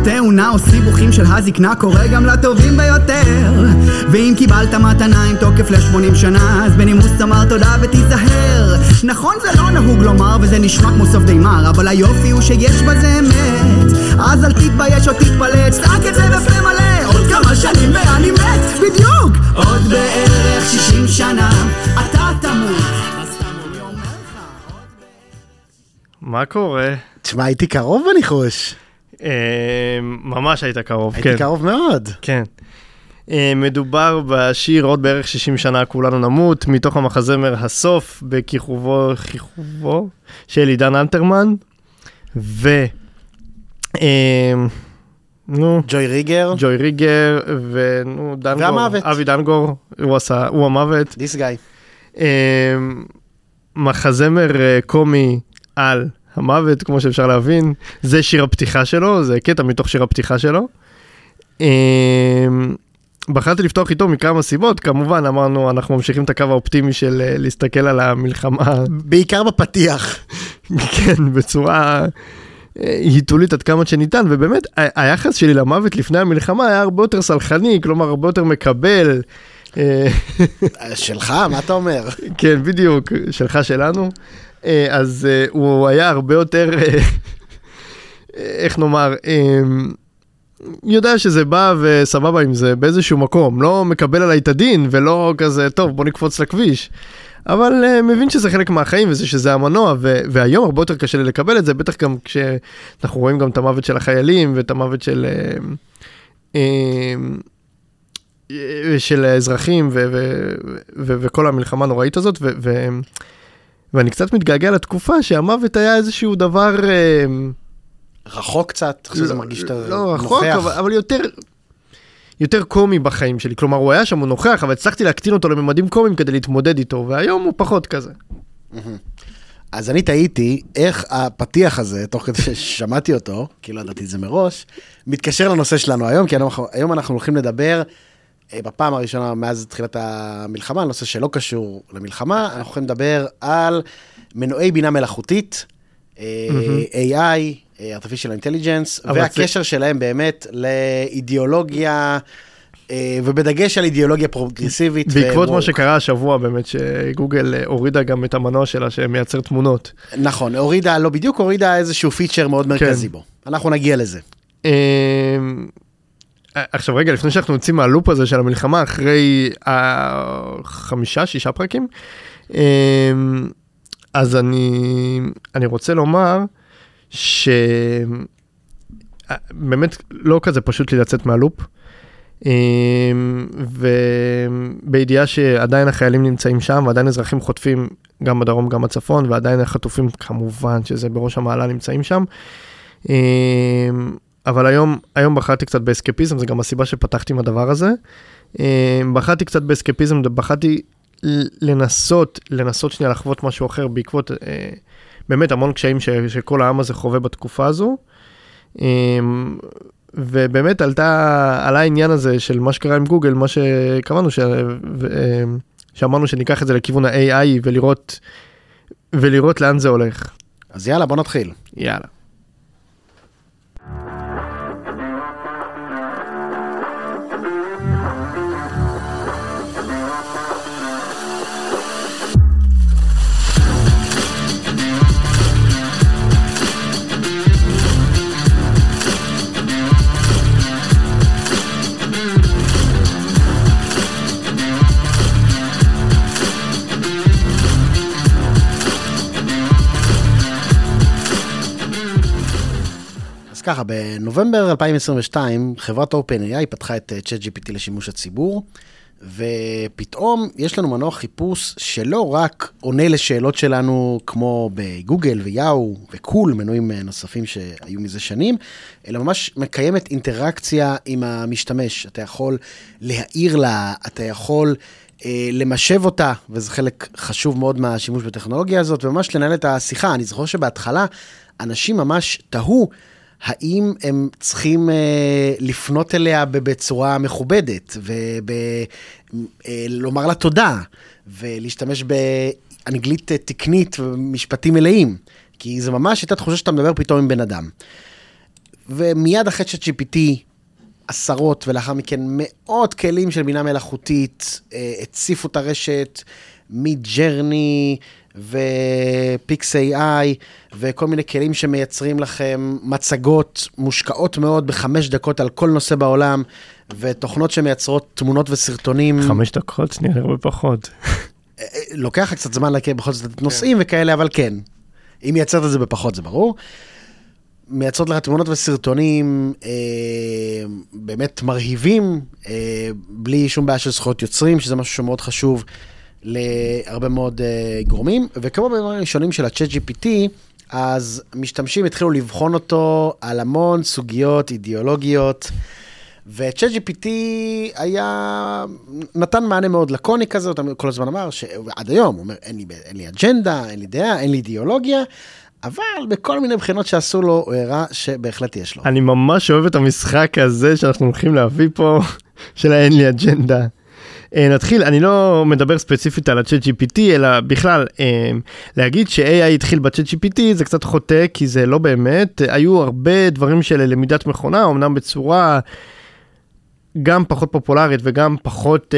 תאונה או סיבוכים של הזקנה קורה גם לטובים ביותר. ואם קיבלת מתנה עם תוקף ל-80 שנה, אז בנימוס תאמר תודה ותיזהר. נכון זה לא נהוג לומר וזה נשמע כמו סוף די מר, אבל היופי הוא שיש בזה אמת. אז אל תתבייש או תתפלץ, רק את זה בפה מלא. עוד כמה שנים ואני מת, בדיוק. עוד בערך 60 שנה אתה תמות. מה קורה? תשמע, הייתי קרוב בניחוש. ממש היית קרוב, כן. הייתי קרוב מאוד. כן. מדובר בשיר עוד בערך 60 שנה כולנו נמות, מתוך המחזמר הסוף בכיכובו של עידן אלתרמן, ג'וי ריגר, דנגור, והמוות. אבי דנגור, הוא המוות. This guy. מחזמר קומי על המוות, כמו שאפשר להבין. זה שיר הפתיחה שלו, זה קטע מתוך שיר הפתיחה שלו. בחרתי לפתוח איתו מכמה סיבות, כמובן אמרנו, אנחנו ממשיכים את הקו האופטימי של להסתכל על המלחמה. בעיקר בפתיח. כן, בצורה היתולית עד כמה שניתן, ובאמת, היחס שלי למוות לפני המלחמה היה הרבה יותר סלחני, כלומר, הרבה יותר מקבל. שלך, מה אתה אומר? כן, בדיוק, שלך שלנו. אז הוא היה הרבה יותר, איך נאמר, יודע שזה בא וסבבה עם זה באיזשהו מקום, לא מקבל עליי את הדין ולא כזה, טוב, בוא נקפוץ לכביש. אבל מבין שזה חלק מהחיים שזה המנוע, והיום הרבה יותר קשה לי לקבל את זה, בטח גם כשאנחנו רואים גם את המוות של החיילים ואת המוות של האזרחים וכל המלחמה הנוראית הזאת, ואני קצת מתגעגע לתקופה שהמוות היה איזשהו דבר רחוק קצת, זה מרגיש שאתה נוכח. לא רחוק, אבל יותר קומי בחיים שלי. כלומר, הוא היה שם, הוא נוכח, אבל הצלחתי להקטין אותו לממדים קומיים כדי להתמודד איתו, והיום הוא פחות כזה. אז אני טעיתי איך הפתיח הזה, תוך כדי ששמעתי אותו, כי לא ידעתי את זה מראש, מתקשר לנושא שלנו היום, כי היום אנחנו הולכים לדבר בפעם הראשונה מאז תחילת המלחמה, נושא שלא קשור למלחמה, אנחנו הולכים לדבר על מנועי בינה מלאכותית, AI, artificial intelligence, והקשר שלהם באמת לאידיאולוגיה, ובדגש על אידיאולוגיה פרוגרסיבית. בעקבות מה שקרה השבוע באמת, שגוגל הורידה גם את המנוע שלה שמייצר תמונות. נכון, הורידה, לא בדיוק, הורידה איזשהו פיצ'ר מאוד מרכזי בו. אנחנו נגיע לזה. עכשיו רגע, לפני שאנחנו יוצאים מהלופ הזה של המלחמה, אחרי 5-6 פרקים, אז אני רוצה לומר שבאמת לא כזה פשוט לי לצאת מהלופ, ובידיעה שעדיין החיילים נמצאים שם, ועדיין אזרחים חוטפים גם בדרום, גם בצפון, ועדיין החטופים כמובן שזה בראש המעלה נמצאים שם, אבל היום בחרתי קצת באסקפיזם, זה גם הסיבה שפתחתי עם הדבר הזה. בחרתי קצת באסקפיזם, בחרתי לנסות שנייה לחוות משהו אחר, בעקבות באמת המון קשיים שכל העם הזה חווה בתקופה הזו. ובאמת עלה העניין הזה של מה שקרה עם גוגל, מה שקראנו, שאמרנו שניקח את זה לכיוון ה-AI ולראות לאן זה הולך. אז יאללה, בוא נתחיל. יאללה. אז ככה, בנובמבר 2022, חברת OpenAI פתחה את ChatGPT לשימוש הציבור, ופתאום יש לנו מנוע חיפוש שלא רק עונה לשאלות שלנו כמו בגוגל ויאו וקול, מנועים נוספים שהיו מזה שנים, אלא ממש מקיימת אינטראקציה עם המשתמש. אתה יכול להעיר לה, אתה יכול למשב אותה, וזה חלק חשוב מאוד מהשימוש בטכנולוגיה הזאת, וממש לנהל את השיחה. אני זוכר שבהתחלה אנשים ממש תהו, האם הם צריכים לפנות אליה בצורה מכובדת, ולומר לה תודה, ולהשתמש באנגלית תקנית ומשפטים מלאים, כי זה ממש הייתה תחושה שאתה מדבר פתאום עם בן אדם. ומיד אחרי ChatGPT, עשרות ולאחר מכן מאות כלים של בינה מלאכותית, הציפו את הרשת, מג'רני ופיקס AI, וכל מיני כלים שמייצרים לכם מצגות מושקעות מאוד ב5 דקות על כל נושא בעולם, ותוכנות שמייצרות תמונות וסרטונים. 5 דקות? נראה הרבה פחות. לוקח קצת זמן להכיר בכל זאת נושאים וכאלה, אבל כן. אם מייצרת את זה בפחות, זה ברור. מייצרות לך תמונות וסרטונים באמת מרהיבים, בלי שום בעיה של זכויות יוצרים, שזה משהו שמאוד חשוב להרבה מאוד גורמים. וכמו בימים הראשונים של ה-ChatGPT, אז משתמשים התחילו לבחון אותו על המון סוגיות אידיאולוגיות, ו-ChatGPT נתן מענה מאוד לקוני כזה, כל הזמן אמר, שעד היום, הוא אומר, אין לי אג'נדה, אין לי דעה, אין לי אידיאולוגיה, אבל בכל מיני בחינות שעשו לו, הוא הראה שבהחלט יש לו. אני ממש אוהב את המשחק הזה שאנחנו הולכים להביא פה, של אין לי אג'נדה. נתחיל, אני לא מדבר ספציפית על ה-ChatGPT, אלא בכלל, להגיד ש-AI התחיל ב-ChatGPT זה קצת חוטא, כי זה לא באמת, היו הרבה דברים של למידת מכונה, אמנם בצורה גם פחות פופולרית וגם פחות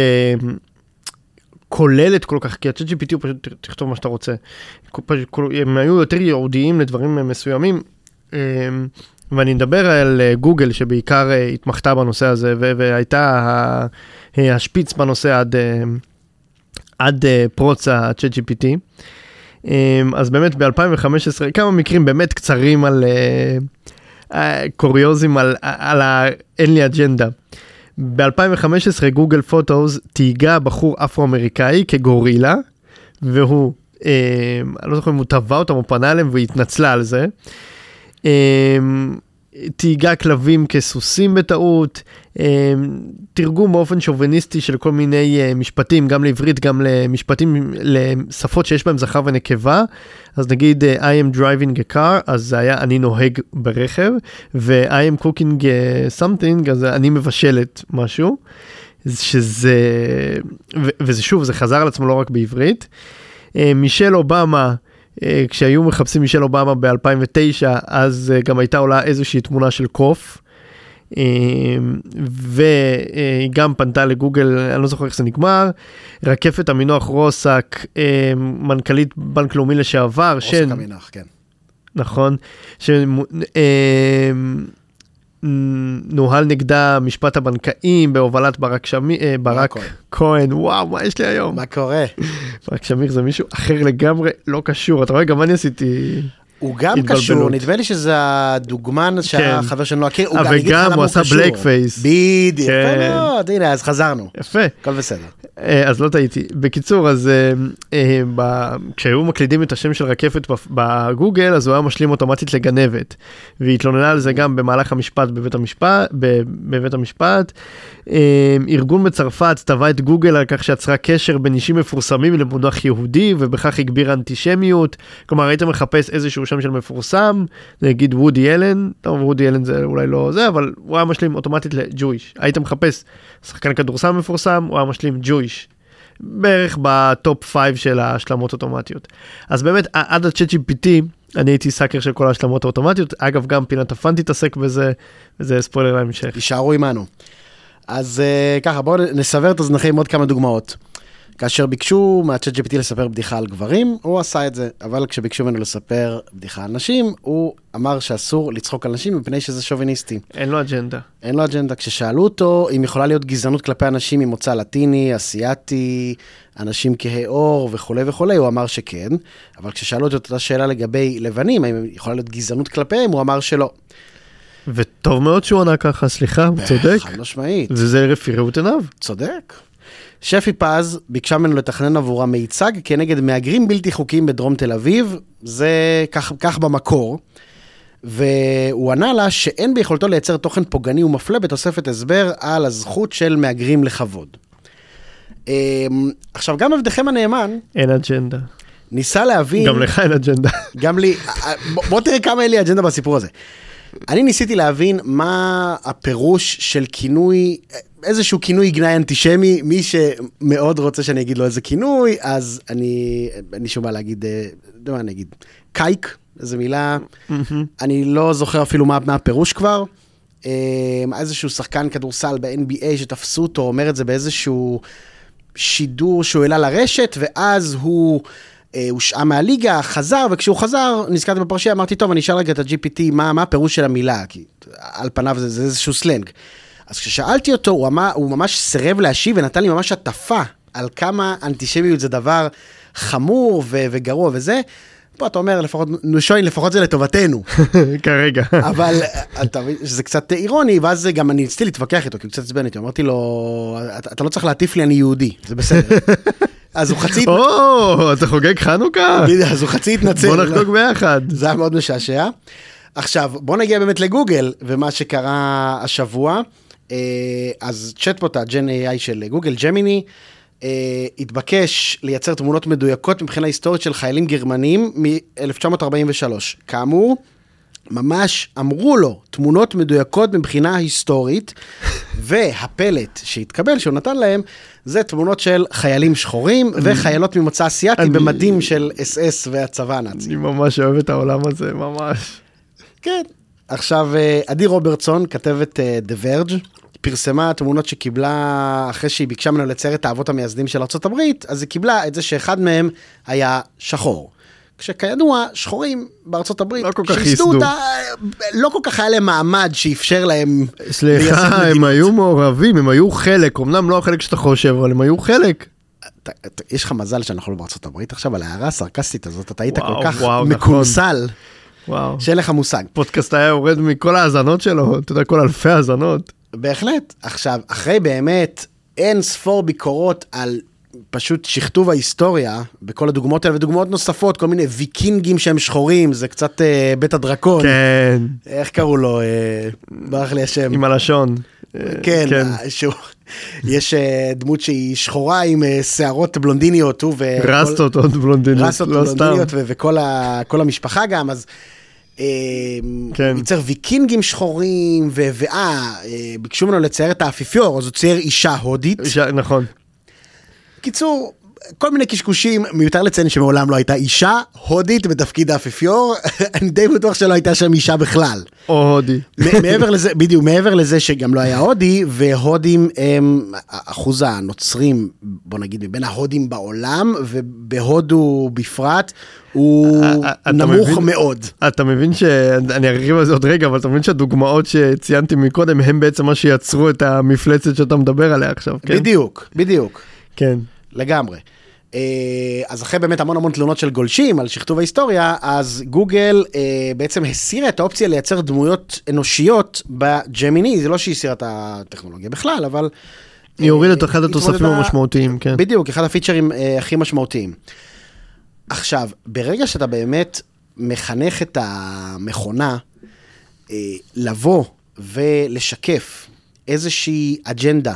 כוללת כל כך, כי ה-ChatGPT הוא פשוט תכתוב מה שאתה רוצה. הם היו יותר ייעודיים לדברים מסוימים, ואני מדבר על גוגל שבעיקר התמחתה בנושא הזה, והייתה השפיץ בנושא עד פרוץ ה-ChatGPT. אז באמת ב-2015, כמה מקרים באמת קצרים על קוריוזים על אין לי אג'נדה. ב-2015 גוגל פוטוס תהיגה בחור אפרו-אמריקאי כגורילה, והוא, אני לא זוכר אם הוא טבע אותם או פנה אליהם, והוא התנצלה על זה. תהיגה כלבים כסוסים בטעות, תרגום באופן שוביניסטי של כל מיני משפטים, גם לעברית, גם למשפטים, לשפות שיש בהם זכר ונקבה, אז נגיד I am driving a car, אז זה היה אני נוהג ברכב, ו-I am cooking something, אז אני מבשלת משהו, שזה, וזה שוב, זה חזר על עצמו לא רק בעברית. מישל אובמה, כשהיו מחפשים מישל אובמה ב-2009, אז גם הייתה עולה איזושהי תמונה של קוף, והיא גם פנתה לגוגל, אני לא זוכר איך זה נגמר, רקפת המינוח רוסק, מנכ"לית בנק לאומי לשעבר, רוסק המינוח, כן. נכון, נוהל נגדה משפט הבנקאים בהובלת ברק כהן, וואו, מה יש לי היום? מה קורה? ברק שמיר זה מישהו אחר לגמרי, לא קשור, אתה רואה, גם אני עשיתי הוא גם קשור, נדמה לי שזה הדוגמן שהחבר שלנו הכיר, אבל גם הוא עשה בלק פייס. בדיוק, יפה מאוד, הנה, אז חזרנו. יפה. הכל בסדר. אז לא טעיתי. בקיצור, אז כשהיו מקלידים את השם של רקפת בגוגל, אז הוא היה משלים אוטומטית לגנבת, והיא התלוננה על זה גם במהלך המשפט בבית המשפט. ארגון בצרפת תבע את גוגל על כך שיצרה קשר בין אישים מפורסמים למונח יהודי, ובכך הגביר אנטישמיות. כלומר, היית מחפש איזשהו שם של מפורסם, נגיד וודי אלן, טוב, וודי אלן זה אולי לא זה, אבל הוא היה משלים אוטומטית לג'ויש. היית מחפש שחקן כדורסל מפורסם, הוא היה משלים ג'ויש. בערך בטופ 5 של ההשלמות אוטומטיות. אז באמת, עד ה-ChatGPT, אני הייתי סאקר של כל ההשלמות האוטומטיות, אגב, גם פינת הפן תתעסק בזה, וזה ספוילר להמשך. יישארו עמנו. אז ככה, בואו נסבר את אוזניכם עוד כמה דוגמאות. כאשר ביקשו מה-ChatGPT לספר בדיחה על גברים, הוא עשה את זה, אבל כשביקשו ממנו לספר בדיחה על נשים, הוא אמר שאסור לצחוק על נשים מפני שזה שוביניסטי. אין לו אג'נדה. אין לו אג'נדה. כששאלו אותו אם יכולה להיות גזענות כלפי אנשים ממוצא לטיני, אסיאטי, אנשים כהי עור וכו' וכו', הוא אמר שכן, אבל כששאלו אותו את אותה שאלה לגבי לבנים, האם יכולה להיות גזענות כלפיהם, הוא אמר שלא. וטוב מאוד שהוא ענה ככה, סליחה, הוא צודק. חד משמעית. וזה לפי ראות עיניו. צודק. שפי פז ביקשה ממנו לתכנן עבורה מיצג כנגד מהגרים בלתי חוקיים בדרום תל אביב, זה כך במקור, והוא ענה לה שאין ביכולתו לייצר תוכן פוגעני ומפלה בתוספת הסבר על הזכות של מהגרים לכבוד. עכשיו גם עבדכם הנאמן, אין אג'נדה. ניסה להבין... גם לך אין אג'נדה. גם לי, בוא תראה כמה אין לי אג'נדה בסיפור הזה. אני ניסיתי להבין מה הפירוש של כינוי, איזשהו כינוי גנאי אנטישמי, מי שמאוד רוצה שאני אגיד לו איזה כינוי, אז אני שומע להגיד, אני אגיד, קייק, איזו מילה, אני לא זוכר אפילו מה הפירוש כבר, איזשהו שחקן כדורסל ב-NBA שתפסו אותו, אומר את זה באיזשהו שידור שהוא העלה לרשת, ואז הוא הושעה מהליגה, חזר, וכשהוא חזר, נזכרתי בפרשייה, אמרתי, טוב, אני אשאל רגע את ה-GPT, מה הפירוש של המילה, כי על פניו זה איזשהו סלנג. אז כששאלתי אותו, הוא ממש סירב להשיב, ונתן לי ממש עטפה על כמה אנטישמיות זה דבר חמור וגרוע וזה. פה אתה אומר, לפחות זה לטובתנו. כרגע. אבל אתה מבין שזה קצת אירוני, ואז גם אני ניסיתי להתווכח איתו, כי הוא קצת עצבן איתי, אמרתי לו, אתה לא צריך להטיף לי, אני יהודי, זה בסדר. אז הוא חצי... אתה חוגג חנוכה? אז הוא חצי התנצל. בוא נחגוג ביחד. זה היה מאוד משעשע. עכשיו, בוא נגיע באמת לגוגל, ומה שקרה השבוע. אז צ'טבוט, הג'ן AI של גוגל, ג'מיני, התבקש לייצר תמונות מדויקות מבחינה היסטורית של חיילים גרמנים מ-1943. כאמור, ממש אמרו לו תמונות מדויקות מבחינה היסטורית, והפלט שהתקבל, שהוא נתן להם, זה תמונות של חיילים שחורים וחיילות ממוצא אסיאטי במדים של SS והצבא הנאצי. אני ממש אוהב את העולם הזה, ממש. כן. עכשיו, עדי רוברטסון, כתבת The Verge, פרסמה תמונות שקיבלה אחרי שהיא ביקשה ממנו לצייר את האבות המייסדים של ארצות הברית, אז היא קיבלה את זה שאחד מהם היה שחור. כשכידוע, שחורים בארצות הברית, לא כל כך ייסדו. לא כל כך היה להם מעמד שאפשר להם... סליחה, הם היו מעורבים, הם היו חלק, אמנם לא החלק שאתה חושב, אבל הם היו חלק. יש לך מזל שאנחנו לא בארצות הברית עכשיו, על ההערה הסרקסטית הזאת, אתה היית כל כך מקונסל, שאין לך מושג. פודקאסט היה יורד מכל ההאזנות שלו, אתה יודע, כל אלפי האזנות. בהחלט. עכשיו, אחרי באמת אין ספור ביקורות על פשוט שכתוב ההיסטוריה, בכל הדוגמאות האלה, ודוגמאות נוספות, כל מיני ויקינגים שהם שחורים, זה קצת בית הדרקון. כן. איך קראו לו? ברח לי השם. עם הלשון. כן, יש דמות שהיא שחורה עם שערות בלונדיניות. רסטות עוד בלונדיניות. רסטות בלונדיניות וכל המשפחה גם, אז... ייצר ויקינגים שחורים, ביקשו ממנו לצייר את האפיפיור, אז הוא צייר אישה הודית. נכון. קיצור, כל מיני קשקושים, מיותר לציין שמעולם לא הייתה אישה הודית בתפקיד האפיפיור, אני די בטוח שלא הייתה שם אישה בכלל. או הודי. מעבר לזה, בדיוק, מעבר לזה שגם לא היה הודי, והודים הם אחוז הנוצרים, בוא נגיד, מבין ההודים בעולם, ובהודו בפרט, הוא נמוך מאוד. אתה מבין אני ארחיב על זה עוד רגע, אבל אתה מבין שהדוגמאות שציינתי מקודם, הם בעצם מה שיצרו את המפלצת שאתה מדבר עליה עכשיו, כן? בדיוק. כן. לגמרי. אז אחרי באמת המון תלונות של גולשים על שכתוב ההיסטוריה, אז גוגל בעצם הסירה את האופציה לייצר דמויות אנושיות בג'מיני, זה לא שהיא הסירה את הטכנולוגיה בכלל, אבל... היא הורידה את אחד התוספים המשמעותיים, כן. בדיוק, אחד הפיצ'רים הכי משמעותיים. עכשיו, ברגע שאתה באמת מחנך את המכונה, לבוא ולשקף איזושהי אג'נדה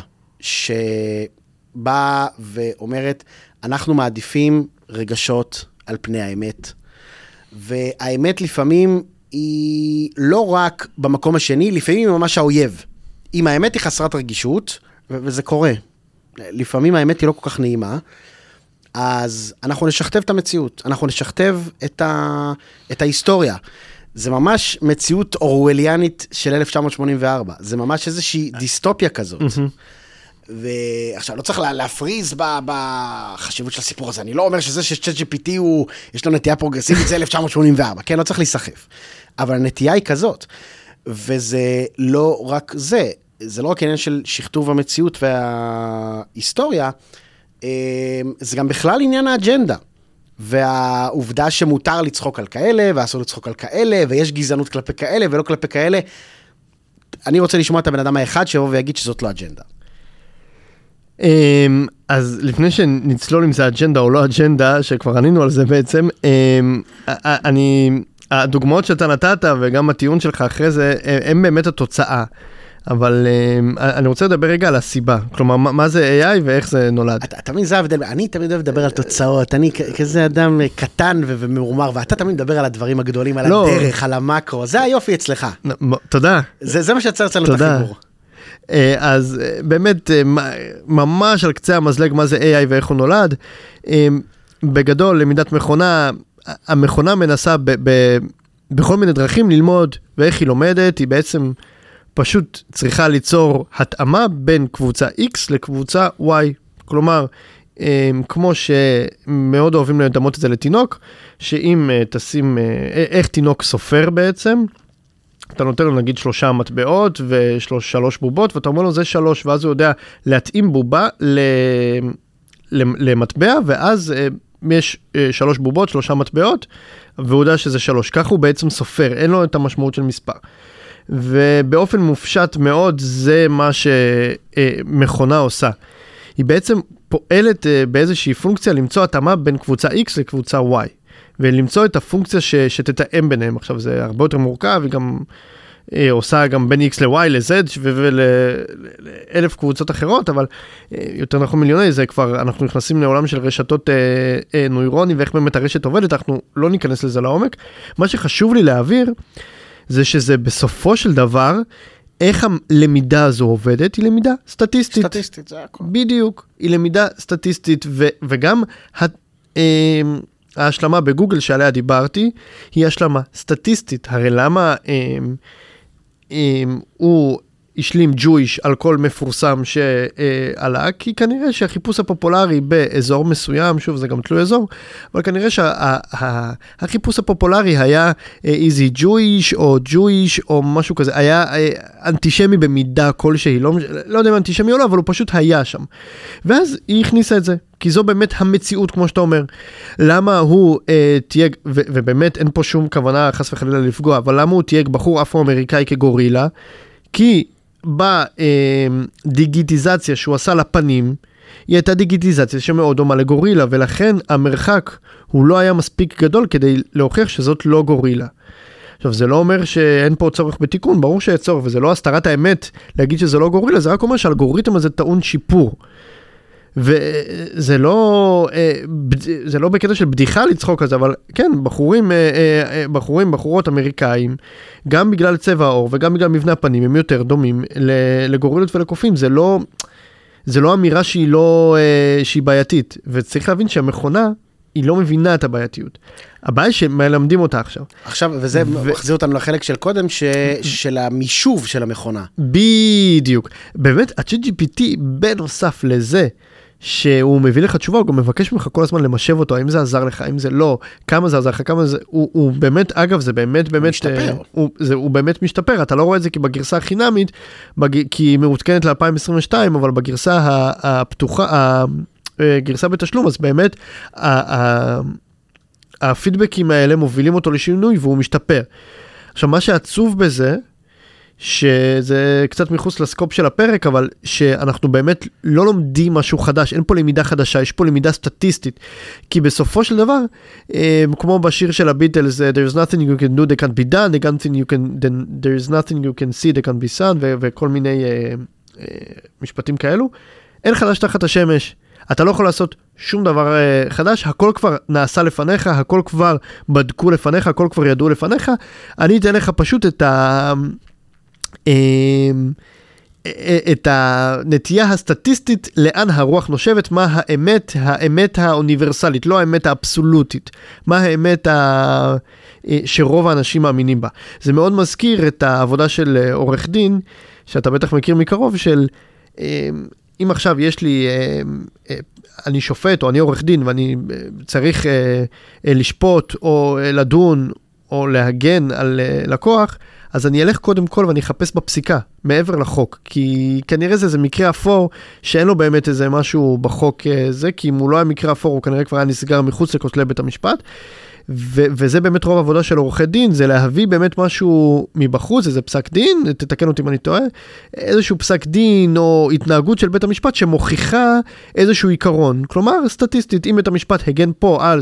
שבאה ואומרת, אנחנו מעדיפים רגשות על פני האמת, והאמת לפעמים היא לא רק במקום השני, לפעמים היא ממש האויב. אם האמת היא חסרת רגישות, וזה קורה, לפעמים האמת היא לא כל כך נעימה, אז אנחנו נשכתב את המציאות, אנחנו נשכתב את ההיסטוריה. זה ממש מציאות אורווליאנית של 1984, זה ממש איזושהי דיסטופיה כזאת. ועכשיו, לא צריך להפריז בחשיבות של הסיפור הזה, אני לא אומר שזה ש-ChatGPT יש לו נטייה פרוגרסיבית, זה 1984, כן, לא צריך להיסחף. אבל הנטייה היא כזאת, וזה לא רק זה, זה לא רק עניין של שכתוב המציאות וההיסטוריה, זה גם בכלל עניין האג'נדה, והעובדה שמותר לצחוק על כאלה, ואסור לצחוק על כאלה, ויש גזענות כלפי כאלה, ולא כלפי כאלה. אני רוצה לשמוע את הבן אדם האחד שיבוא ויגיד שזאת לא אג'נדה. אז לפני שנצלול אם זה אג'נדה או לא אג'נדה, שכבר ענינו על זה בעצם, הדוגמאות שאתה נתת, וגם הטיעון שלך אחרי זה, הם באמת התוצאה. אבל אני רוצה לדבר רגע על הסיבה, כלומר, מה זה AI ואיך זה נולד? תמיד זה הבדל, אני תמיד אוהב לדבר על תוצאות, אני כזה אדם קטן וממורמר, ואתה תמיד מדבר על הדברים הגדולים, על הדרך, על המקרו, זה היופי אצלך. תודה. זה מה שיצר אצלנו את החיבור. אז באמת, ממש על קצה המזלג מה זה AI ואיך הוא נולד. בגדול, למידת מכונה, המכונה מנסה בכל מיני דרכים ללמוד, ואיך היא לומדת, היא בעצם פשוט צריכה ליצור התאמה בין קבוצה X לקבוצה Y. כלומר, כמו שמאוד אוהבים לדמות את זה לתינוק, שאם תשים, איך תינוק סופר בעצם, אתה נותן לו נגיד 3 מטבעות ו3 בובות, ואתה אומר לו זה 3, ואז הוא יודע להתאים בובה למטבע, ואז יש 3 בובות, 3 מטבעות, והוא יודע שזה 3. כך הוא בעצם סופר, אין לו את המשמעות של מספר. ובאופן מופשט מאוד, זה מה שמכונה עושה. היא בעצם פועלת באיזושהי פונקציה למצוא התאמה בין קבוצה X לקבוצה Y, ולמצוא את הפונקציה שתתאם ביניהם. עכשיו זה הרבה יותר מורכב, היא גם עושה גם בין X ל-Y ל-Z ול-1000 קבוצות אחרות, אבל יותר נכון מיליוני, זה כבר, אנחנו נכנסים לעולם של רשתות נוירונים, ואיך באמת הרשת עובדת, אנחנו לא ניכנס לזה לעומק. מה שחשוב לי להעביר, זה שזה בסופו של דבר, איך הלמידה הזו עובדת? היא למידה סטטיסטית. סטטיסטית, זה הכל. בדיוק, היא למידה סטטיסטית, וגם ההשלמה בגוגל שעליה דיברתי, היא השלמה סטטיסטית. הרי למה הוא השלים ג'ויש על כל מפורסם שעלה? כי כנראה שהחיפוש הפופולרי באזור מסוים, שוב זה גם תלוי אזור, אבל כנראה שהחיפוש הפופולרי היה is he Jewish או Jewish או משהו כזה, היה אנטישמי במידה כלשהי, לא יודע אם אנטישמי או לא, אבל הוא פשוט היה שם. ואז היא הכניסה את זה, כי זו באמת המציאות כמו שאתה אומר. למה הוא תייג, ובאמת אין פה שום כוונה חס וחלילה לפגוע, אבל למה הוא תייג בחור אפרו-אמריקאי כגורילה? כי בדיגיטיזציה שהוא עשה לפנים, היא הייתה דיגיטיזציה שמאוד דומה לגורילה, ולכן המרחק הוא לא היה מספיק גדול כדי להוכיח שזאת לא גורילה. עכשיו, זה לא אומר שאין פה צורך בתיקון, ברור שיש צורך, וזה לא הסתרת האמת להגיד שזה לא גורילה, זה רק אומר שהאלגוריתם הזה טעון שיפור. וזה לא בקטע של בדיחה לצחוק כזה, אבל כן, בחורות אמריקאים, גם בגלל צבע העור וגם בגלל מבנה הפנים, הם יותר דומים לגורילות ולקופים. זה לא אמירה שהיא בעייתית, וצריך להבין שהמכונה היא לא מבינה את הבעייתיות. הבעיה שמלמדים אותה עכשיו. עכשיו, וזה מחזיר אותנו לחלק של קודם, של המישוב של המכונה. בדיוק. באמת, ה-ChatGPT בנוסף לזה, שהוא מביא לך תשובה, הוא גם מבקש ממך כל הזמן למשב אותו, האם זה עזר לך, האם זה לא, כמה זה עזר לך, כמה זה, הוא באמת, אגב, זה באמת, משתפר. הוא באמת משתפר, אתה לא רואה את זה כי בגרסה החינמית, כי היא מעודכנת ל-2022, אבל בגרסה הפתוחה, גרסה בתשלום, אז באמת, הפידבקים האלה מובילים אותו לשינוי, והוא משתפר. עכשיו, מה שעצוב בזה, שזה קצת מחוץ לסקופ של הפרק, אבל שאנחנו באמת לא לומדים משהו חדש, אין פה למידה חדשה, יש פה למידה סטטיסטית, כי בסופו של דבר, כמו בשיר של הביטלס, there's nothing you can do, they can't be done, there's nothing you can see, they can't be seen, וכל מיני משפטים כאלו, אין חדש תחת השמש, אתה לא יכול לעשות שום דבר חדש, הכל כבר נעשה לפניך, הכל כבר בדקו לפניך, הכל כבר ידעו לפניך, אני אתן לך פשוט את הנטייה הסטטיסטית לאן הרוח נושבת, מה האמת האוניברסלית, לא האמת האבסולוטית, מה האמת שרוב האנשים מאמינים בה. זה מאוד מזכיר את העבודה של עורך דין, שאתה בטח מכיר מקרוב, של אם עכשיו יש לי, אני שופט או אני עורך דין ואני צריך לשפוט או לדון או להגן על לקוח, אז אני אלך קודם כל ואני אחפש בפסיקה, מעבר לחוק, כי כנראה זה מקרה אפור, שאין לו באמת איזה משהו בחוק זה, כי אם הוא לא היה מקרה אפור, הוא כנראה כבר היה נסגר מחוץ לכותלי בית המשפט, וזה באמת רוב עבודה של עורכי דין, זה להביא באמת משהו מבחוץ, איזה פסק דין, תתקן אותי אם אני טועה, איזשהו פסק דין או התנהגות של בית המשפט שמוכיחה איזשהו עיקרון. כלומר, סטטיסטית, אם בית המשפט הגן פה על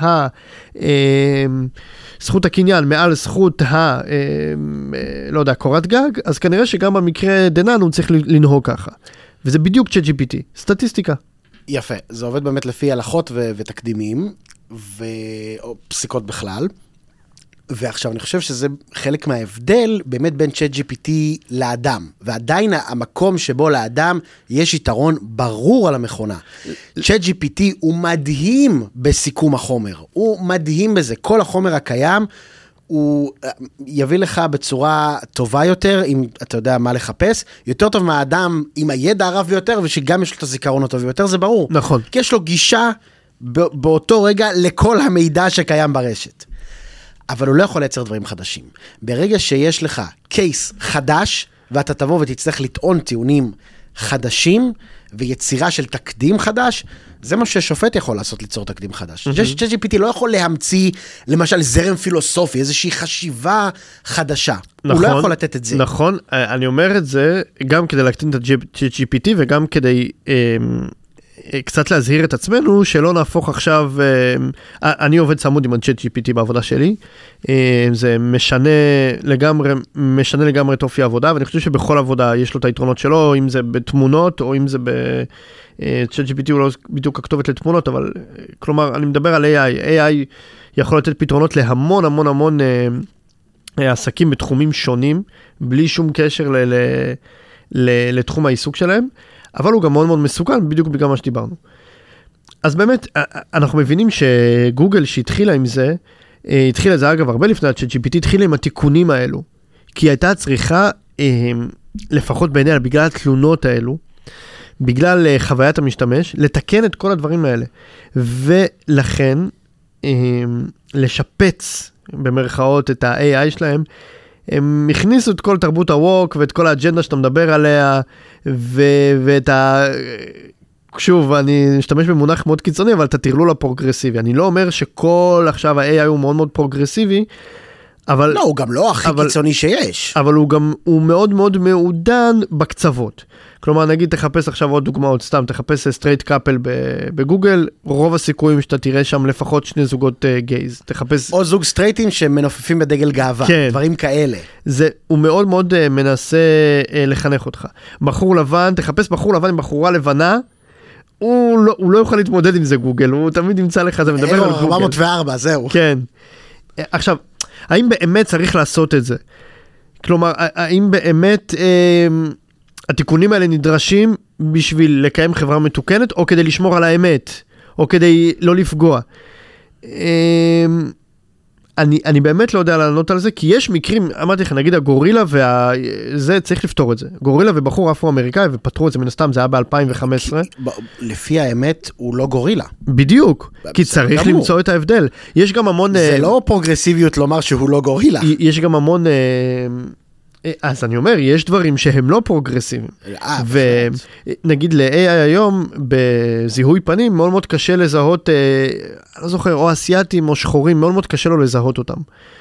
זכות הקניין מעל זכות לא יודע, קורת גג, אז כנראה שגם במקרה דנן הוא צריך לנהוג ככה. וזה בדיוק ChatGPT, סטטיסטיקה. יפה, זה עובד באמת לפי הלכות ותקדימים, או פסיקות בכלל. ועכשיו אני חושב שזה חלק מההבדל באמת בין ChatGPT לאדם, ועדיין המקום שבו לאדם יש יתרון ברור על המכונה. ChatGPT הוא מדהים בסיכום החומר, הוא מדהים בזה, כל החומר הקיים, הוא יביא לך בצורה טובה יותר, אם אתה יודע מה לחפש, יותר טוב מהאדם עם הידע הרב ביותר, ושגם יש לו את הזיכרון הטוב ביותר, זה ברור. נכון. כי יש לו גישה באותו רגע לכל המידע שקיים ברשת. אבל הוא לא יכול לייצר דברים חדשים. ברגע שיש לך קייס חדש, ואתה תבוא ותצטרך לטעון טיעונים חדשים, ויצירה של תקדים חדש, זה מה ששופט יכול לעשות, ליצור תקדים חדש. ChatGPT לא יכול להמציא, למשל, זרם פילוסופי, איזושהי חשיבה חדשה. נכון, הוא לא יכול לתת את זה. נכון, אני אומר את זה, גם כדי להקטין את ה-GPT, וגם כדי קצת להזהיר את עצמנו, שלא נהפוך עכשיו, אני עובד צמוד עם ה-GPT בעבודה שלי, זה משנה לגמרי את אופי העבודה, ואני חושב שבכל עבודה יש לו את היתרונות שלו, אם זה בתמונות, או אם זה ב-GPT הוא לא בדיוק הכתובת לתמונות, אבל כלומר, אני מדבר על AI, AI יכול לתת פתרונות להמון המון המון עסקים בתחומים שונים, בלי שום קשר לתחום העיסוק שלהם, אבל הוא גם מאוד מאוד מסוכן, בדיוק בגלל מה שדיברנו. אז באמת, אנחנו מבינים שגוגל שהתחילה עם זה, התחילה את זה אגב הרבה לפני ש-GPT התחילה עם התיקונים האלו, כי הייתה צריכה, לפחות בעיניה, בגלל התלונות האלו, בגלל חוויית המשתמש, לתקן את כל הדברים האלה. ולכן, לשפץ במרכאות את ה-AI שלהם, הם הכניסו את כל תרבות הווק ואת כל האג'נדה שאתה מדבר עליה, ואת שוב, אני משתמש במונח מאוד קיצוני, אבל את הטרלול הפרוגרסיבי. אני לא אומר שכל עכשיו ה-AI הוא מאוד מאוד פרוגרסיבי, אבל... לא, הוא גם לא הכי קיצוני שיש. אבל הוא מאוד מאוד מעודן בקצוות. כלומר, נגיד, תחפש עכשיו עוד דוגמאות, סתם, תחפש סטרייט קאפל בגוגל, רוב הסיכויים שאתה תראה שם לפחות 2 זוגות גייז. תחפש... או זוג סטרייטים שמנופפים בדגל גאווה, כן. דברים כאלה. הוא מאוד מאוד מנסה לחנך אותך. בחור לבן, תחפש בחור לבן עם בחורה לבנה, הוא לא יוכל להתמודד עם זה גוגל, הוא תמיד ימצא לך, זה מדבר על גוגל. 404, זהו. כן. עכשיו, האם באמת צריך לעשות את זה? כלומר, האם באמת התיקונים האלה נדרשים בשביל לקיים חברה מתוקנת, או כדי לשמור על האמת, או כדי לא לפגוע? אני באמת לא יודע לענות על זה, כי יש מקרים, אמרתי לך, נגיד הגורילה, זה צריך לפתור את זה. גורילה ובחור אפרו-אמריקאי, ופתרו את זה מן הסתם, זה היה ב-2015. לפי האמת, הוא לא גורילה. בדיוק, כי צריך למצוא את ההבדל. יש גם המון... זה לא פרוגרסיביות לומר שהוא לא גורילה. יש גם המון... אז אני אומר, יש דברים שהם לא פרוגרסיביים. ונגיד ל-AI היום, בזיהוי פנים, מאוד מאוד קשה לזהות, אני לא זוכר, או אסיאטים או שחורים, מאוד מאוד קשה לו לזהות אותם.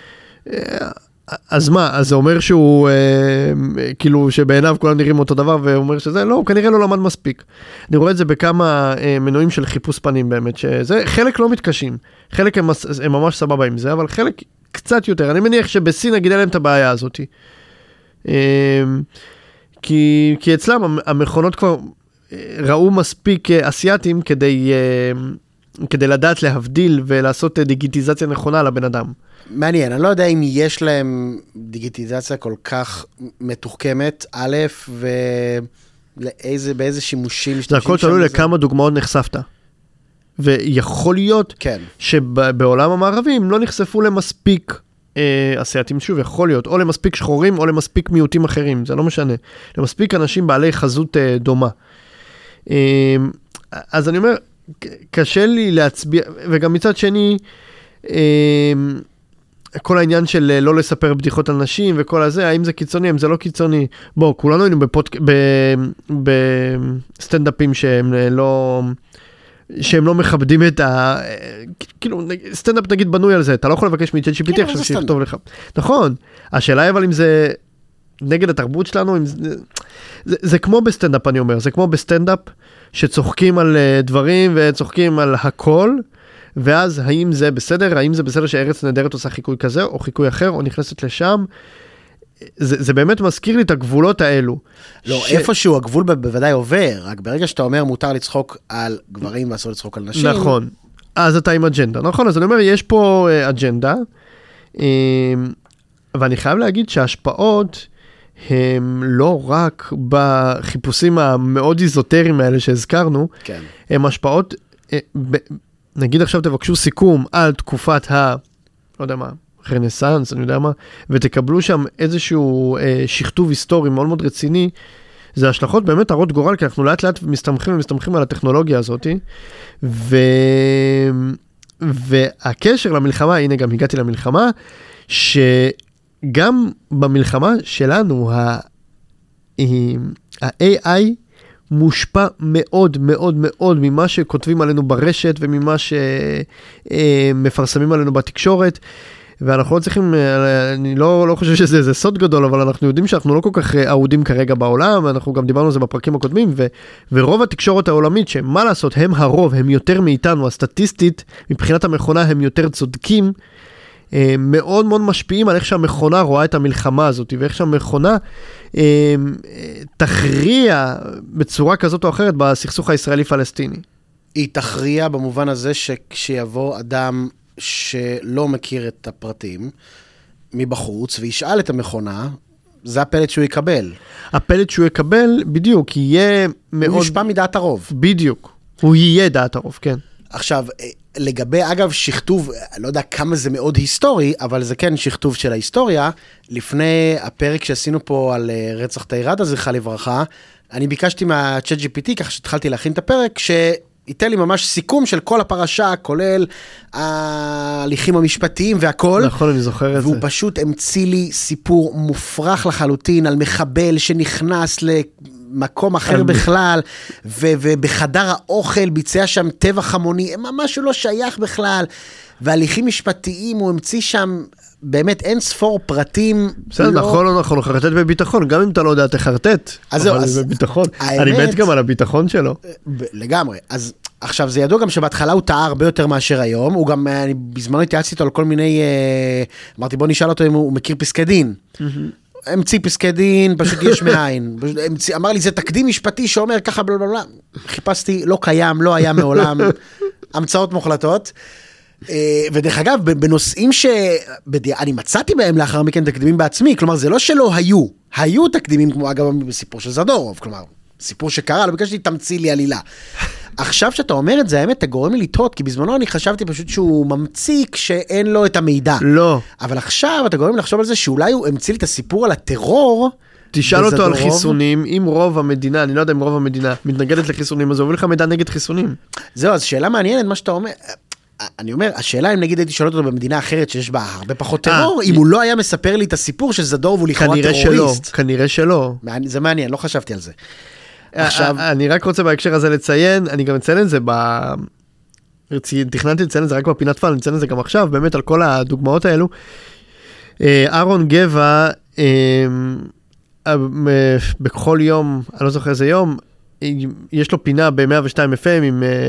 אז מה? אז זה אומר שהוא, כאילו, שבעיניו כולם נראים אותו דבר, והוא אומר שזה, לא, הוא כנראה לא למד מספיק. אני רואה את זה בכמה מנועים של חיפוש פנים באמת, שזה, חלק לא מתקשים, חלק הם ממש סבבה עם זה, אבל חלק קצת יותר. אני מניח שבסין נגיד להם את הבעיה הזאת. כי אצלם המכונות כבר ראו מספיק אסיאטים כדי לדעת להבדיל ולעשות דיגיטיזציה נכונה לבן אדם. מעניין, אני לא יודע אם יש להם דיגיטיזציה כל כך מתוחכמת, א', ובאיזה שימושים משתמשים שם. זה הכל תלוי לכמה דוגמאות נחשפת. ויכול להיות שבעולם המערבי הם לא נחשפו למספיק אסיאטים, שוב, יכול להיות, או למספיק שחורים, או למספיק מיעוטים אחרים, זה לא משנה. למספיק אנשים בעלי חזות דומה. אז אני אומר, קשה לי להצביע, וגם מצד שני, כל העניין של לא לספר בדיחות על נשים, וכל הזה, האם זה קיצוני, האם זה לא קיצוני. בוא, כולנו היינו בסטנדאפים שהם לא מכבדים את כאילו, סטנדאפ נגיד בנוי על זה, אתה לא יכול לבקש מ-ChatGPT עכשיו שיכתוב לך. נכון, השאלה אבל אם זה נגד התרבות שלנו, זה כמו בסטנדאפ אני אומר, זה כמו בסטנדאפ שצוחקים על דברים וצוחקים על הכל, ואז האם זה בסדר, האם זה בסדר שארץ נהדרת עושה חיקוי כזה או חיקוי אחר או נכנסת לשם, זה באמת מזכיר לי את הגבולות האלו. לא, איפשהו הגבול בוודאי עובר, רק ברגע שאתה אומר מותר לצחוק על גברים ואסור לצחוק על נשים. נכון, אז אתה עם אג'נדה, נכון? אז אני אומר, יש פה אג'נדה, ואני חייב להגיד שההשפעות הם לא רק בחיפושים המאוד איזוטריים האלה שהזכרנו, כן. הם השפעות, נגיד עכשיו תבקשו סיכום על תקופת לא יודע מה, רנסנס, אני יודע מה, ותקבלו שם איזשהו שכתוב היסטורי מאוד מאוד רציני, זה השלכות באמת הרות גורל, כי אנחנו לאט לאט מסתמכים על הטכנולוגיה הזאת, והקשר למלחמה, הנה גם הגעתי למלחמה, שגם במלחמה שלנו, ה-AI מושפע מאוד מאוד מאוד ממה שכותבים עלינו ברשת, וממה שמפרסמים עלינו בתקשורת, ואנחנו לא צריכים, אני לא חושב שזה סוד גדול, אבל אנחנו יודעים שאנחנו לא כל כך אהודים כרגע בעולם, אנחנו גם דיברנו על זה בפרקים הקודמים, ורוב התקשורת העולמית, שמה לעשות, הם הרוב, הם יותר מאיתנו, הסטטיסטית, מבחינת המכונה הם יותר צודקים, מאוד מאוד משפיעים על איך שהמכונה רואה את המלחמה הזאת, ואיך שהמכונה תכריע בצורה כזאת או אחרת בסכסוך הישראלי-פלסטיני. היא תכריע במובן הזה שכשיבוא אדם שלא מכיר את הפרטים מבחוץ, וישאל את המכונה, זה הפלט שהוא יקבל. הפלט שהוא יקבל, בדיוק, יהיה מאוד... הוא יושפע מדעת הרוב. בדיוק, הוא יהיה דעת הרוב, כן. עכשיו, לגבי, אגב, שכתוב, אני לא יודע כמה זה מאוד היסטורי, אבל זה כן שכתוב של ההיסטוריה. לפני הפרק שעשינו פה על רצח תאיראדה, זכרה לברכה, אני ביקשתי מה-Chat GPT, ככה שהתחלתי להכין את הפרק, ייתן לי ממש סיכום של כל הפרשה, כולל ההליכים המשפטיים והכל. נכון, אני זוכר את זה. והוא פשוט המציא לי סיפור מופרך לחלוטין, על מחבל שנכנס למקום אחר בכלל, ובחדר האוכל ביצע שם טבח המוני, משהו לא שייך בכלל, וההליכים משפטיים הוא המציא שם באמת אין ספור פרטים. בסדר, נכון או נכון, חרטט בביטחון, גם אם אתה לא יודע תחרטט, אבל בביטחון. אני מת גם על הביטחון שלו. לגמרי, אז עכשיו זה ידוע גם שבהתחלה הוא טעה הרבה יותר מאשר היום, הוא גם, אני בזמנו התייעצתי איתו על כל מיני, אמרתי בוא נשאל אותו אם הוא מכיר פסקי דין. המציא פסקי דין, פשוט יש מאין. אמר לי זה תקדים משפטי שאומר ככה בלה בלה בלה. חיפשתי, לא קיים, לא היה מעולם, המצאות מוחלטות. ודרך אגב, בנושאים שאני מצאתי בהם לאחר מכן תקדימים בעצמי, כלומר זה לא שלא היו תקדימים כמו אגב בסיפור של זדורוב, כלומר סיפור שקרה, לא ביקשתי תמציא לי עלילה. עכשיו שאתה אומר את זה, האמת, אתה גורם לי לטעות, כי בזמנו אני חשבתי פשוט שהוא ממציא כשאין לו את המידע. לא. אבל עכשיו אתה גורם לחשוב על זה שאולי הוא המציא לי את הסיפור על הטרור. תשאל אותו על חיסונים, אם רוב המדינה, אני לא יודע אם רוב המדינה מתנגדת לחיסונים, אז הוביל לך מידע נגד חיסונים. זהו, אז שאלה מעניינת מה שאתה אומר. אני אומר, השאלה אם נגיד הייתי שואל אותו במדינה אחרת שיש בה הרבה פחות טרור, אם הוא לא היה מספר לי את הסיפור של זדורוב והוא לכאורה טרוריסט. כנראה שלא. זה מעניין, לא חשבתי על זה. אני רק רוצה בהקשר הזה לציין, אני גם אציין את זה תכננתי לציין את זה רק בפינת פן, אני אציין את זה גם עכשיו, באמת על כל הדוגמאות האלו. אהרון גבע, בכל יום, אני לא זוכר איזה יום, יש לו פינה ב-102 FM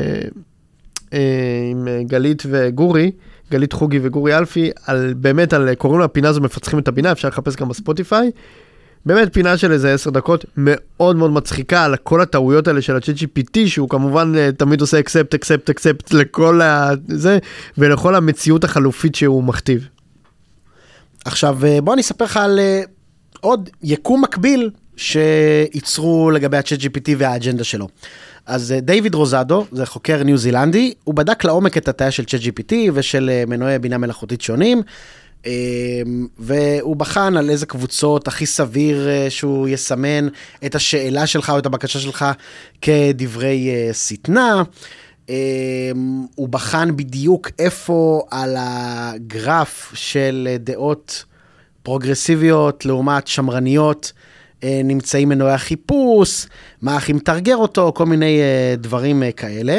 עם גלית וגורי, גלית חוגי וגורי אלפי, באמת קוראים לה הפינה הזו מפצחים את הבינה, אפשר לחפש גם בספוטיפיי, באמת פינה של איזה 10 דקות, מאוד מאוד מצחיקה על כל הטעויות האלה של ה-ChatGPT, שהוא כמובן תמיד עושה accept לכל זה, ולכל המציאות החלופית שהוא מכתיב. עכשיו בוא אני אספר לך על עוד יקום מקביל שיצרו לגבי ה-ChatGPT והאג'נדה שלו. אז דיוויד רוזאדו, זה חוקר ניו זילנדי, הוא בדק לעומק את הטעיה של ChatGPT ושל מנועי בינה מלאכותית שונים, והוא בחן על איזה קבוצות הכי סביר שהוא יסמן את השאלה שלך או את הבקשה שלך כדברי סתנה. הוא בחן בדיוק איפה על הגרף של דעות פרוגרסיביות לעומת שמרניות נמצאים מנועי החיפוש, מה הכי מתרגר אותו, כל מיני דברים כאלה.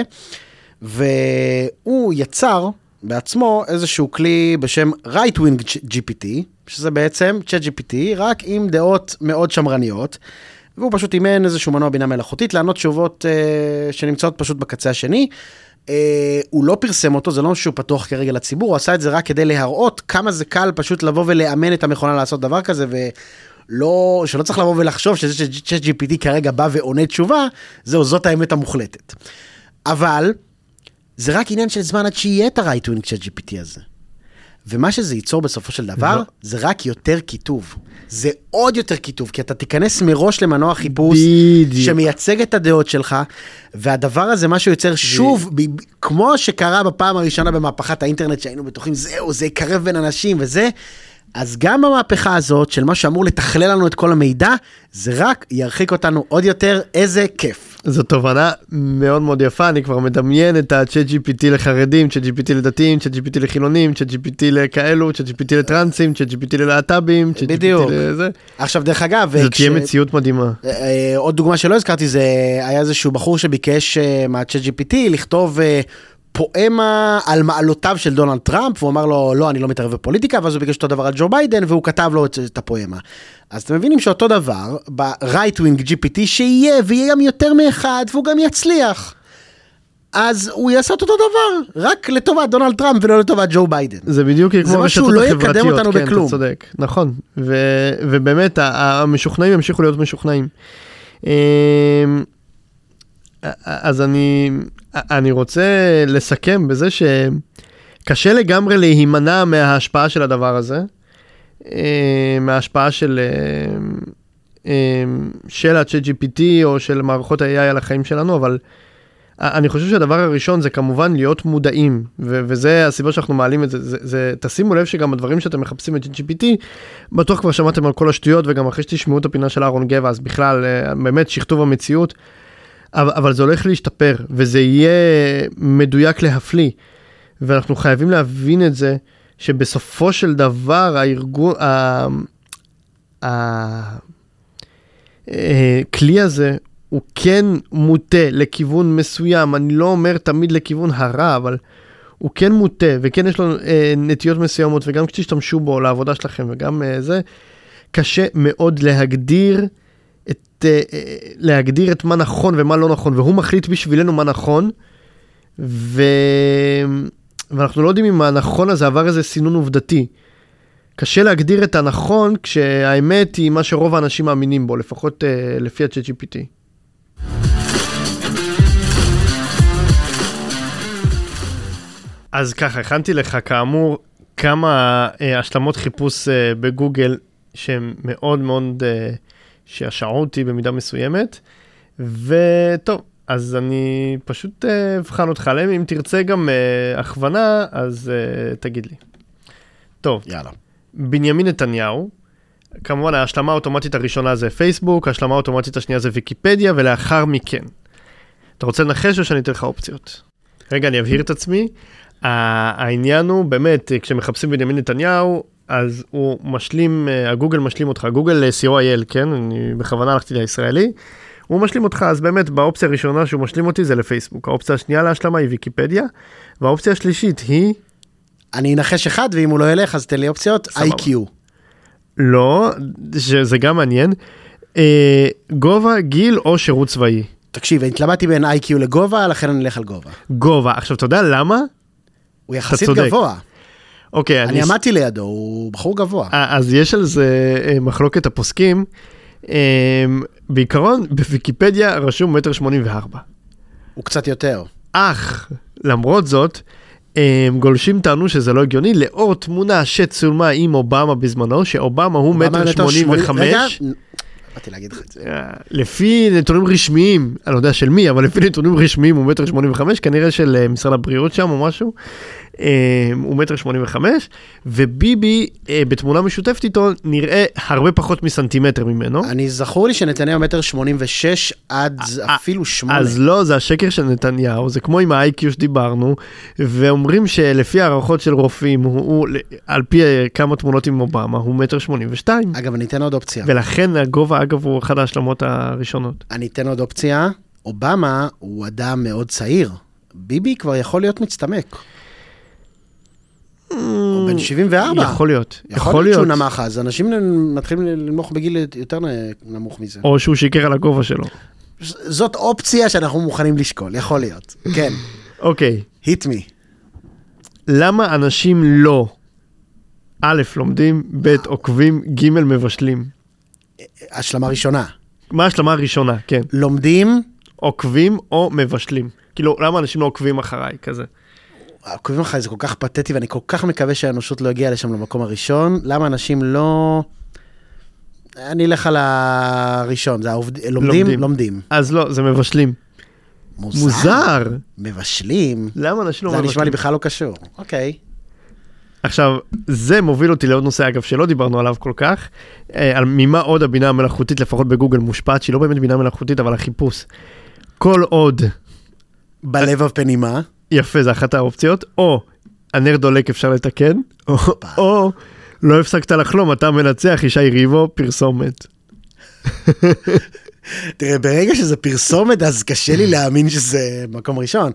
והוא יצר בעצמו איזשהו כלי בשם Right Wing GPT, שזה בעצם ChatGPT, רק עם דעות מאוד שמרניות, והוא פשוט אימן איזשהו מנוע בינה מלאכותית, לענות תשובות שנמצאות פשוט בקצה השני. הוא לא פרסם אותו, זה לא שהוא פתוח כרגע לציבור, הוא עשה את זה רק כדי להראות כמה זה קל פשוט לבוא ולאמן את המכונה לעשות דבר כזה, שלא צריך לבוא ולחשוב שזה ש-ChatGPT כרגע בא ועונה תשובה, זאת האמת המוחלטת. אבל זה רק עניין של זמן עד שיהיה את ה-Right Wing ChatGPT הזה. ומה שזה ייצור בסופו של דבר, זה רק יותר כיתוב. זה עוד יותר כיתוב, כי אתה תיכנס מראש למנוע חיפוש, שמייצג את הדעות שלך, והדבר הזה, מה שיוצר שוב, כמו שקרה בפעם הראשונה במהפכת האינטרנט, שהיינו בטוחים, זהו, זה יקרב בין אנשים וזה, אז גם במהפכה הזאת, של מה שאמור לתכלל לנו את כל המידע, זה רק ירחיק אותנו עוד יותר, איזה כיף. זו תובנה מאוד מאוד יפה, אני כבר מדמיין את ה-ChatGPT לחרדים, ChatGPT לדתיים, ChatGPT לחילונים, ChatGPT לכאלו, ChatGPT לטרנסים, ChatGPT ללהט"בים, בדיוק. לזה. עכשיו, דרך אגב, זו תהיה מציאות מדהימה. עוד דוגמה שלא הזכרתי, זה היה איזשהו בחור שביקש מה-ChatGPT לכתוב פואמה על מעלותיו של דונלד טראמפ, והוא אמר לו, לא, אני לא מתערב בפוליטיקה, ואז הוא ביקש אותו דבר על ג'ו ביידן, והוא כתב לו את הפואמה. אז אתם מבינים שאותו דבר, ב-right wing GPT, שיהיה, ויהיה גם יותר מאחד, והוא גם יצליח. אז הוא יעשה אותו דבר, רק לטובת דונלד טראמפ, ולא לטובת ג'ו ביידן. זה בדיוק כמו הרשתות החברתיות, כן, אתה צודק. נכון, ובאמת, המשוכנעים ימשיכו להיות משוכנעים. אז אני רוצה לסכם בזה שקשה לגמרי להימנע מההשפעה של הדבר הזה, מההשפעה של ה-ChatGPT או של מערכות ה-AI על החיים שלנו, אבל אני חושב שהדבר הראשון זה כמובן להיות מודעים, וזה הסיבה שאנחנו מעלים את זה, תשימו לב שגם הדברים שאתם מחפשים את ChatGPT, בטוח כבר שמעתם על כל השטויות, וגם אחרי שתשמעו את הפינה של אהרון גבע, אז בכלל, באמת שכתוב המציאות, אבל זה הולך להשתפר, וזה יהיה מדויק להפליא, ואנחנו חייבים להבין את זה, שבסופו של דבר, הארגון, הכלי הזה, הוא כן מוטה לכיוון מסוים, אני לא אומר תמיד לכיוון הרע, אבל הוא כן מוטה, וכן יש לו נטיות מסוימות, וגם כשתשתמשו בו לעבודה שלכם, וגם זה, קשה מאוד להגדיר את מה נכון ומה לא נכון, והוא מחליט בשבילנו מה נכון, ואנחנו לא יודעים אם הנכון הזה עבר איזה סינון עובדתי. קשה להגדיר את הנכון, כשהאמת היא מה שרוב האנשים מאמינים בו, לפחות לפי ה-ChatGPT. אז ככה, הכנתי לך כאמור כמה השלמות חיפוש בגוגל, שהן מאוד מאוד שהשערו אותי במידה מסוימת, וטוב, אז אני פשוט אבחן אותך עליהם, אם תרצה גם הכוונה, אז תגיד לי. טוב, יאללה. בנימין נתניהו, כמובן ההשלמה האוטומטית הראשונה זה פייסבוק, ההשלמה האוטומטית השנייה זה ויקיפדיה, ולאחר מכן. אתה רוצה לנחש או שאני אתן לך אופציות? רגע, אני אבהיר את עצמי. העניין הוא באמת, כשמחפשים בנימין נתניהו, אז הוא משלים, הגוגל משלים אותך, גוגל co.il, כן? אני בכוונה הלכתי לישראלי. הוא משלים אותך, אז באמת באופציה הראשונה שהוא משלים אותי זה לפייסבוק. האופציה השנייה להשלמה היא ויקיפדיה, והאופציה השלישית היא... אני אנחש אחד, ואם הוא לא ילך, אז תן לי אופציות, IQ. לא, שזה גם מעניין. גובה, גיל או שירות צבאי. תקשיב, התלבטתי בין IQ לגובה, לכן אני אלך על גובה. גובה, עכשיו אתה יודע למה? הוא יחסית גבוה. אוקיי, אני עמדתי לידו, הוא בחור גבוה. אז יש על זה מחלוקת הפוסקים. בעיקרון, בוויקיפדיה רשום 1.84 מטר. הוא קצת יותר. אך, למרות זאת, גולשים טענו שזה לא הגיוני, לאור תמונה שצולמה עם אובמה בזמנו, שאובמה הוא 1.85 מטר. רגע, באתי להגיד לך את זה. לפי נתונים רשמיים, אני לא יודע של מי, אבל לפי נתונים רשמיים הוא 1.85 מטר, כנראה של משרד הבריאות שם או משהו, הוא 1.85 מטר, וביבי בתמונה משותפת איתו נראה הרבה פחות מסנטימטר ממנו. אני זכור לי שנתניהו 1.86 מטר עד אפילו 8. אז לא, זה השקר של נתניהו, זה כמו עם ה-IQ שדיברנו, ואומרים שלפי הערכות של רופאים, הוא על פי כמה תמונות עם אובמה, הוא 1.82 מטר. אגב, אני אתן עוד אופציה. ולכן הגובה, אגב, הוא אחד ההשלמות הראשונות. אני אתן עוד אופציה, אובמה הוא אדם מאוד צעיר, ביבי כבר יכול להיות מצטמק. הוא בן 74. יכול להיות. יכול להיות שהוא נמך, אז אנשים מתחילים לנמוך בגיל יותר נמוך מזה. או שהוא שיקר על הגובה שלו. זאת אופציה שאנחנו מוכנים לשקול, יכול להיות. כן. אוקיי. hit me. למה אנשים לא א' לומדים, ב' עוקבים, ג' מבשלים? השלמה ראשונה. מה ההשלמה הראשונה? כן. לומדים, עוקבים או מבשלים. כאילו, למה אנשים לא עוקבים אחריי כזה? עוקבים לך, זה כל כך פתטי, ואני כל כך מקווה שהאנושות לא הגיעה לשם למקום הראשון. למה אנשים לא... אני אלך על הראשון, זה לומדים? לומדים. אז לא, זה מבשלים. מוזר. מבשלים? למה אנשים לא מבשלים? זה נשמע לי בכלל לא קשור. אוקיי. עכשיו, זה מוביל אותי לעוד נושא, אגב, שלא דיברנו עליו כל כך, על ממה עוד הבינה המלאכותית, לפחות בגוגל מושפעת, שהיא לא באמת בינה מלאכותית, אבל החיפוש. כל עוד... בלב הפנימה. יפה, זה אחת האופציות, או הנר דולק אפשר לתקן, או לא הפסקת לחלום, אתה מנצח, ישי ריבו, פרסומת. תראה, ברגע שזה פרסומת, אז קשה לי להאמין שזה מקום ראשון.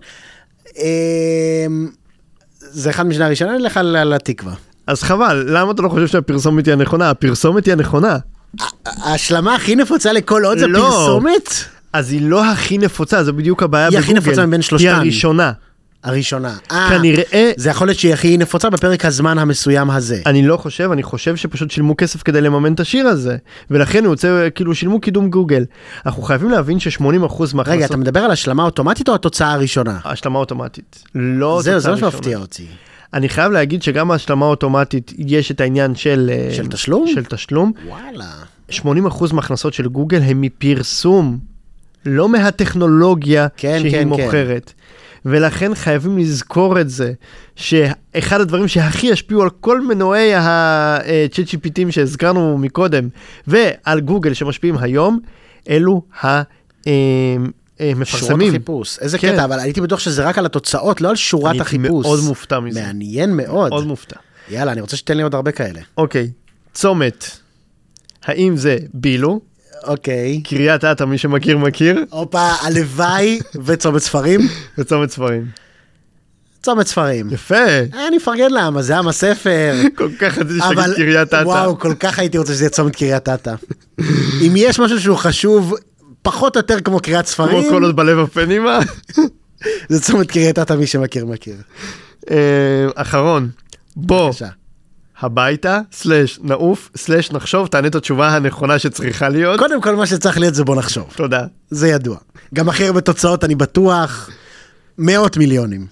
זה אחד משנה הראשונה, אני אלך על התקווה. אז חבל, למה אתה לא חושב שהפרסומת היא הנכונה? הפרסומת היא הנכונה. ההשלמה הכי נפוצה לכל עוד זה פרסומת? אז היא לא הכי נפוצה, זו בדיוק הבעיה בגוגל. היא הכי נפוצה מבין שלושתן. היא הראשונה. הראשונה. כנראה... זה יכול להיות שהיא הכי נפוצה בפרק הזמן המסוים הזה. אני לא חושב, אני חושב שפשוט שילמו כסף כדי לממן את השיר הזה. ולכן הוא יוצא, כאילו שילמו קידום גוגל. אנחנו חייבים להבין ש80% מהכנסות... רגע, אתה מדבר על השלמה אוטומטית או התוצאה הראשונה? השלמה אוטומטית. לא תוצאה ראשונה. זה מה שמפתיע אותי. אני חייב להגיד שגם ההשלמה האוטומטית יש את העניין של תשלום? של תשלום. וואלה. 80% מהכנסות של גוגל הם מפרסום, לא מהטכנולוגיה שהיא מוכרת. ולכן חייבים לזכור את זה, שאחד הדברים שהכי ישפיעו על כל מנועי ה-ChatGPT שהזכרנו מקודם, ועל גוגל שמשפיעים היום, אלו המפרסמים. שורת החיפוש, איזה קטע, אבל הייתי בטוח שזה רק על התוצאות, לא על שורת החיפוש. הייתי מאוד מופתע מזה. מעניין מאוד. מאוד מופתע. יאללה, אני רוצה שתן לי עוד הרבה כאלה. אוקיי, צומת. האם זה בילו? אוקיי. קריית אתא, מי שמכיר מכיר. אופה, הלוואי וצומת ספרים. וצומת ספרים. צומת ספרים. יפה. אני מפרגן למה, זה עם הספר. כל כך רציתי שתגיד קריית אתא. וואו, כל כך הייתי רוצה שזה יהיה צומת קריית אתא. אם יש משהו שהוא חשוב, פחות או יותר כמו קריאת ספרים. כמו כל עוד בלב הפנימה. זה צומת קריית אתא, מי שמכיר מכיר. אחרון. בוא. הביתה, נעוף, נחשוב, תענה את התשובה הנכונה שצריכה להיות. קודם כל מה שצריך להיות זה בוא נחשוב. תודה. זה ידוע. גם הכי הרבה תוצאות אני בטוח, 100 מיליונים.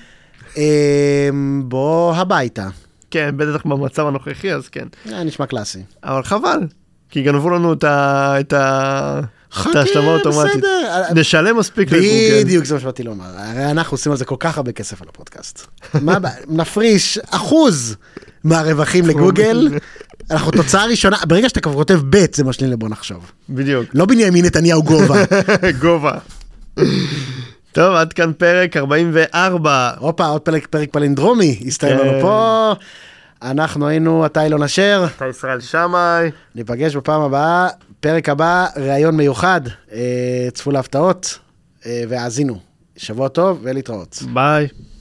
בוא הביתה. כן, בטח במצב הנוכחי, אז כן. נשמע קלאסי. אבל חבל, כי גנבו לנו את ההשלמה האוטומטית. נשלם מספיק לגוגל. בדיוק, זה מה שבאתי לומר. הרי אנחנו עושים על זה כל כך הרבה כסף על הפודקאסט. נפריש 1% מהרווחים לגוגל, אנחנו תוצאה ראשונה, ברגע שאתה כבר כותב ב' זה משלים לבוא נחשוב. בדיוק. לא בנימין נתניהו גובה. גובה. טוב, עד כאן פרק 44. הופה, עוד פרק פלינדרומי, הסתיים לנו פה. אנחנו היינו, אתה אילון אשר. אתה ישראל שמאי. ניפגש בפעם הבאה, פרק הבא, ראיון מיוחד, צפו להפתעות, והאזינו. שבוע טוב ולהתראות. ביי.